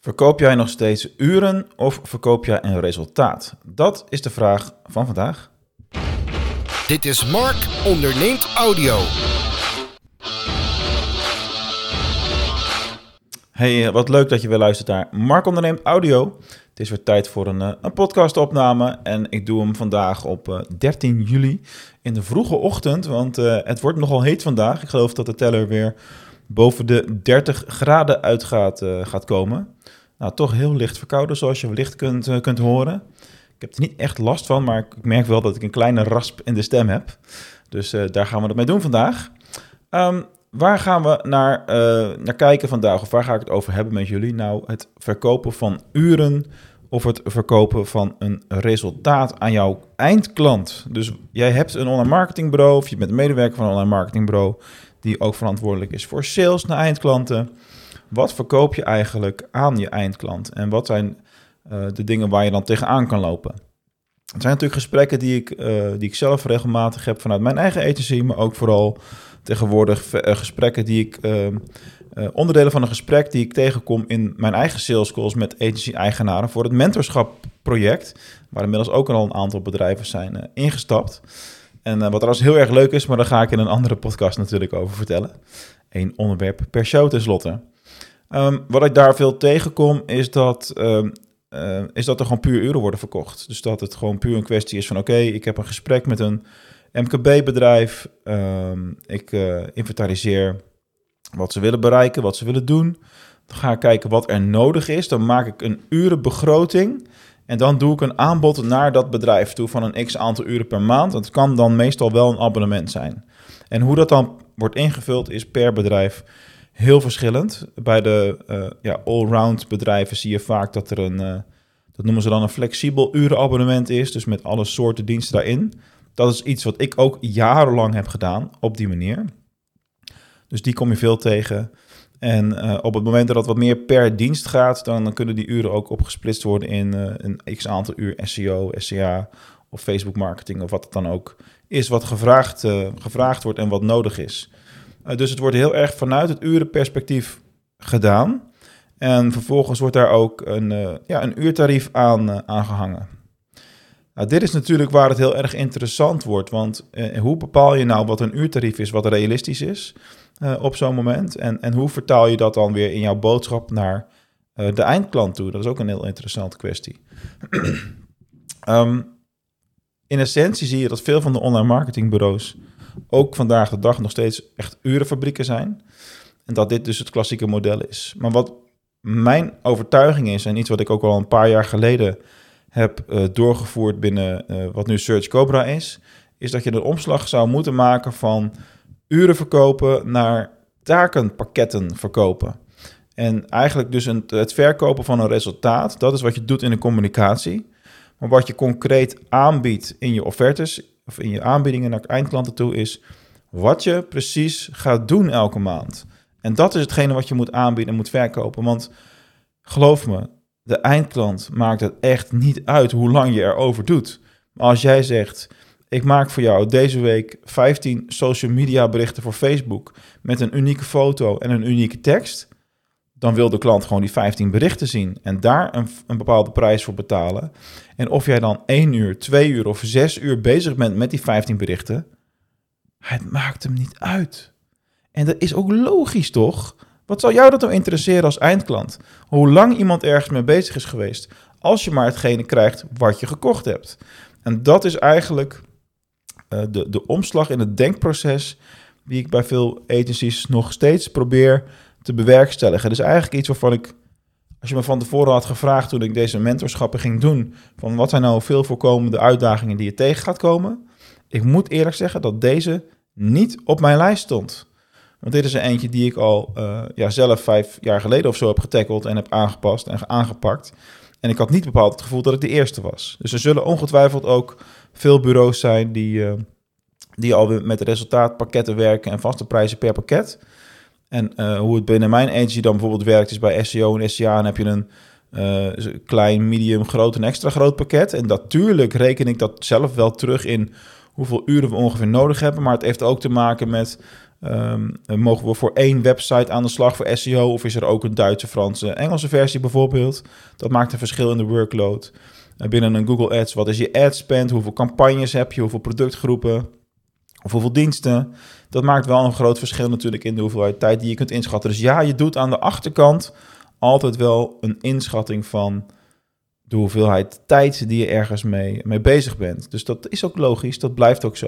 Verkoop jij nog steeds uren of verkoop jij een resultaat? Dat is de vraag van vandaag. Dit is Mark onderneemt audio. Hey, wat leuk dat je weer luistert naar Mark onderneemt audio. Het is weer tijd voor een podcastopname en ik doe hem vandaag op 13 juli in de vroege ochtend, want het wordt nogal heet vandaag. Ik geloof dat de teller weer boven de 30 graden uit gaat komen. Nou, toch heel licht verkouden, zoals je wellicht kunt horen. Ik heb er niet echt last van, maar ik merk wel dat ik een kleine rasp in de stem heb. Dus daar gaan we het mee doen vandaag. Waar gaan we naar kijken vandaag, of waar ga ik het over hebben met jullie? Nou, het verkopen van uren of het verkopen van een resultaat aan jouw eindklant. Dus jij hebt een online marketingbureau of je bent medewerker van een online marketingbureau die ook verantwoordelijk is voor sales naar eindklanten. Wat verkoop je eigenlijk aan je eindklant? En wat zijn de dingen waar je dan tegenaan kan lopen? Het zijn natuurlijk gesprekken die ik zelf regelmatig heb vanuit mijn eigen agency, maar ook vooral tegenwoordig gesprekken die ik onderdelen van een gesprek die ik tegenkom in mijn eigen sales calls met agency-eigenaren voor het mentorschap-project, waar inmiddels ook al een aantal bedrijven zijn ingestapt. En wat trouwens heel erg leuk is, maar daar ga ik in een andere podcast natuurlijk over vertellen. Eén onderwerp per show tenslotte. Wat ik daar veel tegenkom is dat er gewoon puur uren worden verkocht. Dus dat het gewoon puur een kwestie is van oké, ik heb een gesprek met een MKB-bedrijf. Ik inventariseer wat ze willen bereiken, wat ze willen doen. Dan ga ik kijken wat er nodig is. Dan maak ik een urenbegroting. En dan doe ik een aanbod naar dat bedrijf toe van een x aantal uren per maand. Dat kan dan meestal wel een abonnement zijn. En hoe dat dan wordt ingevuld is per bedrijf heel verschillend. Bij de allround bedrijven zie je vaak dat er dat noemen ze dan een flexibel urenabonnement is. Dus met alle soorten diensten daarin. Dat is iets wat ik ook jarenlang heb gedaan op die manier. Dus die kom je veel tegen. En op het moment dat het wat meer per dienst gaat, dan kunnen die uren ook opgesplitst worden in een x aantal uur SEO, SEA of Facebook marketing of wat het dan ook is wat gevraagd wordt en wat nodig is. Dus het wordt heel erg vanuit het urenperspectief gedaan. En vervolgens wordt daar ook een uurtarief aan gehangen. Nou, dit is natuurlijk waar het heel erg interessant wordt. Want hoe bepaal je nou wat een uurtarief is, wat realistisch is op zo'n moment? En hoe vertaal je dat dan weer in jouw boodschap naar de eindklant toe? Dat is ook een heel interessante kwestie. In essentie zie je dat veel van de online marketingbureaus ook vandaag de dag nog steeds echt urenfabrieken zijn. En dat dit dus het klassieke model is. Maar wat mijn overtuiging is, en iets wat ik ook al een paar jaar geleden heb doorgevoerd binnen wat nu Search Cobra is dat je een omslag zou moeten maken van uren verkopen naar takenpakketten verkopen. En eigenlijk dus het verkopen van een resultaat, dat is wat je doet in de communicatie. Maar wat je concreet aanbiedt in je offertes of in je aanbiedingen naar eindklanten toe is wat je precies gaat doen elke maand. En dat is hetgene wat je moet aanbieden en moet verkopen. Want geloof me, de eindklant maakt het echt niet uit hoe lang je erover doet. Maar als jij zegt, ik maak voor jou deze week 15 social media berichten voor Facebook met een unieke foto en een unieke tekst, dan wil de klant gewoon die 15 berichten zien en daar een bepaalde prijs voor betalen. En of jij dan 1 uur, 2 uur of 6 uur bezig bent met die 15 berichten, het maakt hem niet uit. En dat is ook logisch, toch? Wat zou jou dat nou interesseren als eindklant? Hoe lang iemand ergens mee bezig is geweest, als je maar hetgene krijgt wat je gekocht hebt. En dat is eigenlijk de omslag in het denkproces die ik bij veel agencies nog steeds probeer te bewerkstelligen. Dus eigenlijk iets waarvan ik, als je me van tevoren had gevraagd toen ik deze mentorschappen ging doen, van wat zijn nou veel voorkomende uitdagingen die je tegen gaat komen? Ik moet eerlijk zeggen dat deze niet op mijn lijst stond. Want dit is er eentje die ik al zelf 5 jaar geleden of zo heb getackled en heb aangepast en aangepakt. En ik had niet bepaald het gevoel dat ik de eerste was. Dus er zullen ongetwijfeld ook veel bureaus zijn die al met resultaatpakketten werken en vaste prijzen per pakket. En hoe het binnen mijn agency dan bijvoorbeeld werkt is bij SEO en SEA. Dan heb je een klein, medium, groot en extra groot pakket. En natuurlijk reken ik dat zelf wel terug in hoeveel uren we ongeveer nodig hebben. Maar het heeft ook te maken met Mogen we voor 1 website aan de slag voor SEO? Of is er ook een Duitse, Franse, Engelse versie bijvoorbeeld? Dat maakt een verschil in de workload. Binnen een Google Ads, wat is je ad spend? Hoeveel campagnes heb je? Hoeveel productgroepen? Of hoeveel diensten? Dat maakt wel een groot verschil natuurlijk in de hoeveelheid tijd die je kunt inschatten. Dus ja, je doet aan de achterkant altijd wel een inschatting van de hoeveelheid tijd die je ergens mee bezig bent. Dus dat is ook logisch, dat blijft ook zo.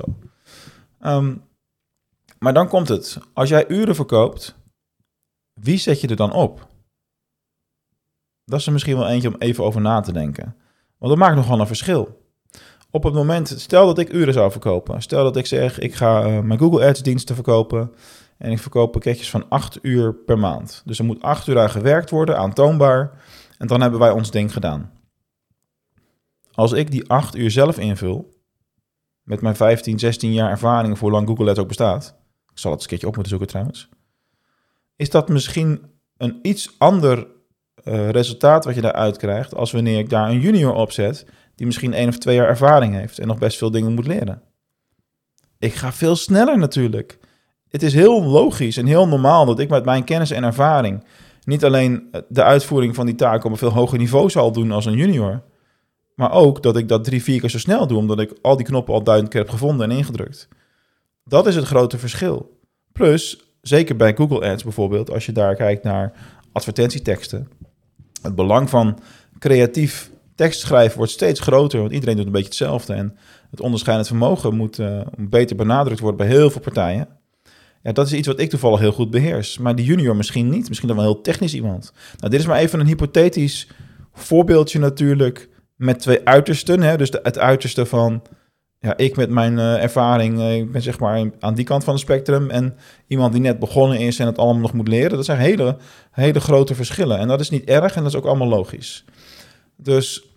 Maar dan komt het. Als jij uren verkoopt, wie zet je er dan op? Dat is er misschien wel eentje om even over na te denken. Want dat maakt nogal een verschil. Op het moment, stel dat ik uren zou verkopen. Stel dat ik zeg, ik ga mijn Google Ads diensten verkopen. En ik verkoop pakketjes van 8 uur per maand. Dus er moet 8 uur aan gewerkt worden, aantoonbaar. En dan hebben wij ons ding gedaan. Als ik die 8 uur zelf invul, met mijn 15, 16 jaar ervaring voor hoe lang Google Ads ook bestaat. Ik zal het eens een keertje op moeten zoeken trouwens. Is dat misschien een iets ander resultaat wat je daaruit krijgt als wanneer ik daar een junior op zet die misschien 1 of 2 jaar ervaring heeft en nog best veel dingen moet leren. Ik ga veel sneller natuurlijk. Het is heel logisch en heel normaal dat ik met mijn kennis en ervaring niet alleen de uitvoering van die taak op een veel hoger niveau zal doen als een junior, maar ook dat ik dat 3-4 keer zo snel doe, omdat ik al die knoppen al 1000 keer heb gevonden en ingedrukt. Dat is het grote verschil. Plus, zeker bij Google Ads bijvoorbeeld, als je daar kijkt naar advertentieteksten, het belang van creatief tekstschrijven wordt steeds groter, want iedereen doet een beetje hetzelfde. En het onderscheidend vermogen moet beter benadrukt worden bij heel veel partijen. Ja, dat is iets wat ik toevallig heel goed beheers. Maar die junior misschien niet. Misschien dan wel heel technisch iemand. Nou, dit is maar even een hypothetisch voorbeeldje natuurlijk met 2 uitersten. Hè? Dus het uiterste van ik met mijn ervaring, ik ben zeg maar aan die kant van het spectrum. En iemand die net begonnen is en het allemaal nog moet leren. Dat zijn hele grote verschillen. En dat is niet erg en dat is ook allemaal logisch. Dus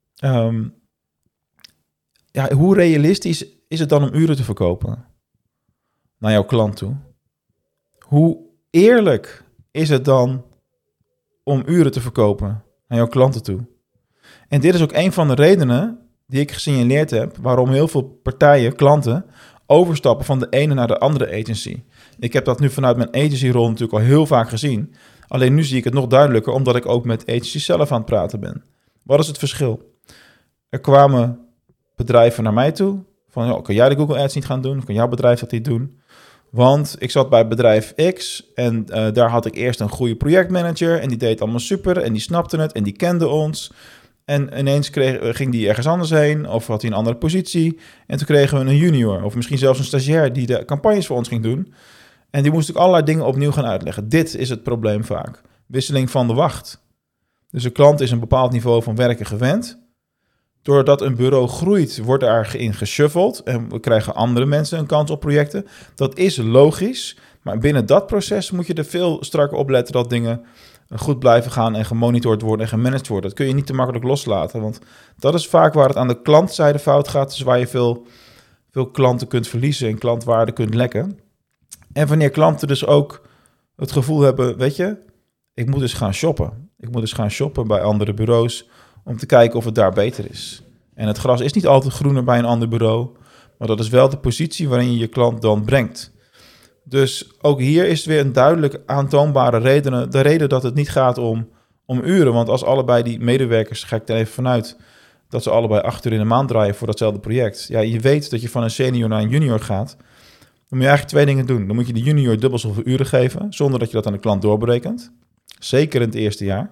hoe realistisch is het dan om uren te verkopen naar jouw klant toe? Hoe eerlijk is het dan om uren te verkopen naar jouw klanten toe? En dit is ook een van de redenen die ik gesignaleerd heb waarom heel veel partijen, klanten, overstappen van de ene naar de andere agency. Ik heb dat nu vanuit mijn agency-rol natuurlijk al heel vaak gezien. Alleen nu zie ik het nog duidelijker omdat ik ook met agencies zelf aan het praten ben. Wat is het verschil? Er kwamen bedrijven naar mij toe van, kan jij de Google Ads niet gaan doen? Of kan jouw bedrijf dat niet doen? Want ik zat bij bedrijf X en daar had ik eerst een goede projectmanager en die deed allemaal super en die snapte het en die kende ons. En ineens ging die ergens anders heen of had hij een andere positie. En toen kregen we een junior of misschien zelfs een stagiair die de campagnes voor ons ging doen. En die moest ik allerlei dingen opnieuw gaan uitleggen. Dit is het probleem vaak. Wisseling van de wacht. Dus de klant is een bepaald niveau van werken gewend. Doordat een bureau groeit, wordt daarin geshuffeld en we krijgen andere mensen een kans op projecten. Dat is logisch, maar binnen dat proces moet je er veel strakker op letten dat dingen goed blijven gaan en gemonitord worden en gemanaged worden. Dat kun je niet te makkelijk loslaten, want dat is vaak waar het aan de klantzijde fout gaat. Dus waar je veel klanten kunt verliezen en klantwaarde kunt lekken. En wanneer klanten dus ook het gevoel hebben, weet je, ik moet eens gaan shoppen. Ik moet eens gaan shoppen bij andere bureaus om te kijken of het daar beter is. En het gras is niet altijd groener bij een ander bureau, maar dat is wel de positie waarin je je klant dan brengt. Dus ook hier is het weer een duidelijk aantoonbare reden. De reden dat het niet gaat om uren. Want als allebei die medewerkers, ga ik er even vanuit, dat ze allebei 8 uur in de maand draaien voor datzelfde project. Ja, je weet dat je van een senior naar een junior gaat. Dan moet je eigenlijk 2 dingen doen. Dan moet je de junior dubbel zoveel uren geven, zonder dat je dat aan de klant doorberekent. Zeker in het eerste jaar.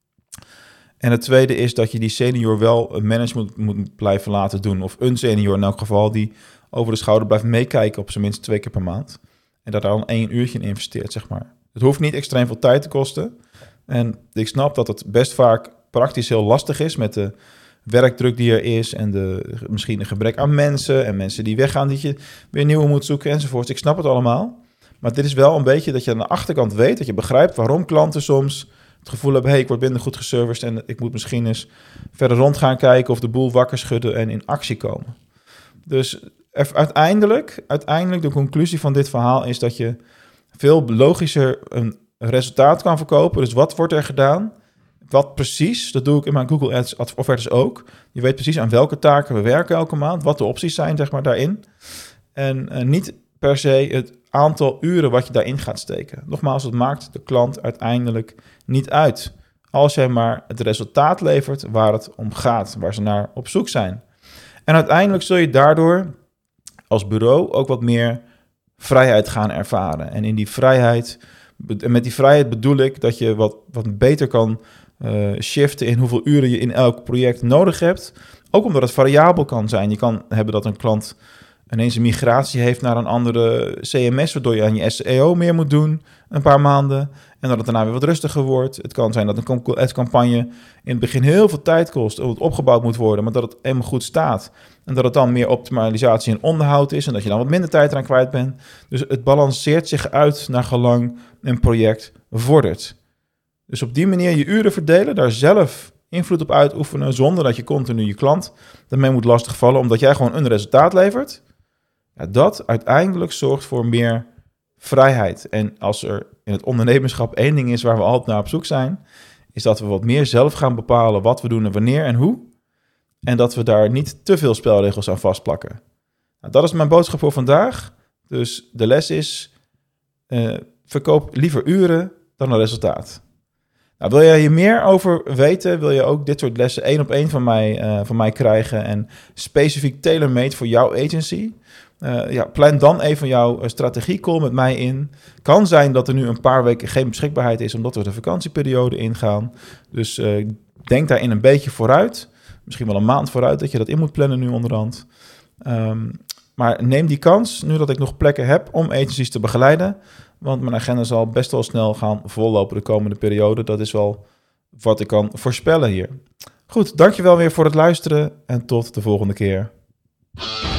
En het tweede is dat je die senior wel een management moet blijven laten doen. Of een senior in elk geval die over de schouder blijft meekijken op zijn minst 2 keer per maand. En dat daar al 1 uurtje in investeert, zeg maar. Het hoeft niet extreem veel tijd te kosten. En ik snap dat het best vaak praktisch heel lastig is met de werkdruk die er is en misschien een gebrek aan mensen en mensen die weggaan, die je weer nieuwe moet zoeken enzovoort. Ik snap het allemaal. Maar dit is wel een beetje dat je aan de achterkant weet, dat je begrijpt waarom klanten soms het gevoel hebben, ik word minder goed geserviced en ik moet misschien eens verder rond gaan kijken of de boel wakker schudden en in actie komen. Dus uiteindelijk de conclusie van dit verhaal is dat je veel logischer een resultaat kan verkopen. Dus wat wordt er gedaan? Wat precies? Dat doe ik in mijn Google Ads offertes ook. Je weet precies aan welke taken we werken elke maand, wat de opties zijn, zeg maar, daarin. En niet per se het aantal uren wat je daarin gaat steken. Nogmaals, het maakt de klant uiteindelijk niet uit. Als jij maar het resultaat levert waar het om gaat, waar ze naar op zoek zijn. En uiteindelijk zul je daardoor als bureau ook wat meer vrijheid gaan ervaren. En in die vrijheid, met die vrijheid bedoel ik dat je wat beter kan shiften in hoeveel uren je in elk project nodig hebt. Ook omdat het variabel kan zijn. Je kan hebben dat een klant ineens een migratie heeft naar een andere CMS, waardoor je aan je SEO meer moet doen, een paar maanden, en dat het daarna weer wat rustiger wordt. Het kan zijn dat een ad-campagne in het begin heel veel tijd kost, of het opgebouwd moet worden, maar dat het helemaal goed staat. En dat het dan meer optimalisatie en onderhoud is, en dat je dan wat minder tijd eraan kwijt bent. Dus het balanceert zich uit naar gelang een project vordert. Dus op die manier je uren verdelen, daar zelf invloed op uitoefenen, zonder dat je continu je klant daarmee moet lastigvallen, omdat jij gewoon een resultaat levert. Ja, dat uiteindelijk zorgt voor meer vrijheid. En als er in het ondernemerschap één ding is waar we altijd naar op zoek zijn, is dat we wat meer zelf gaan bepalen wat we doen en wanneer en hoe. En dat we daar niet te veel spelregels aan vastplakken. Nou, dat is mijn boodschap voor vandaag. Dus de les is, verkoop liever uren dan een resultaat. Nou, wil je hier meer over weten, wil je ook dit soort lessen 1-op-1 van mij krijgen en specifiek tailor-made voor jouw agency? Plan dan even jouw strategiecall met mij in. Kan zijn dat er nu een paar weken geen beschikbaarheid is, omdat we de vakantieperiode ingaan. Dus denk daarin een beetje vooruit. Misschien wel een maand vooruit dat je dat in moet plannen nu onderhand. Maar neem die kans, nu dat ik nog plekken heb om agencies te begeleiden. Want mijn agenda zal best wel snel gaan vollopen de komende periode. Dat is wel wat ik kan voorspellen hier. Goed, dankjewel weer voor het luisteren en tot de volgende keer.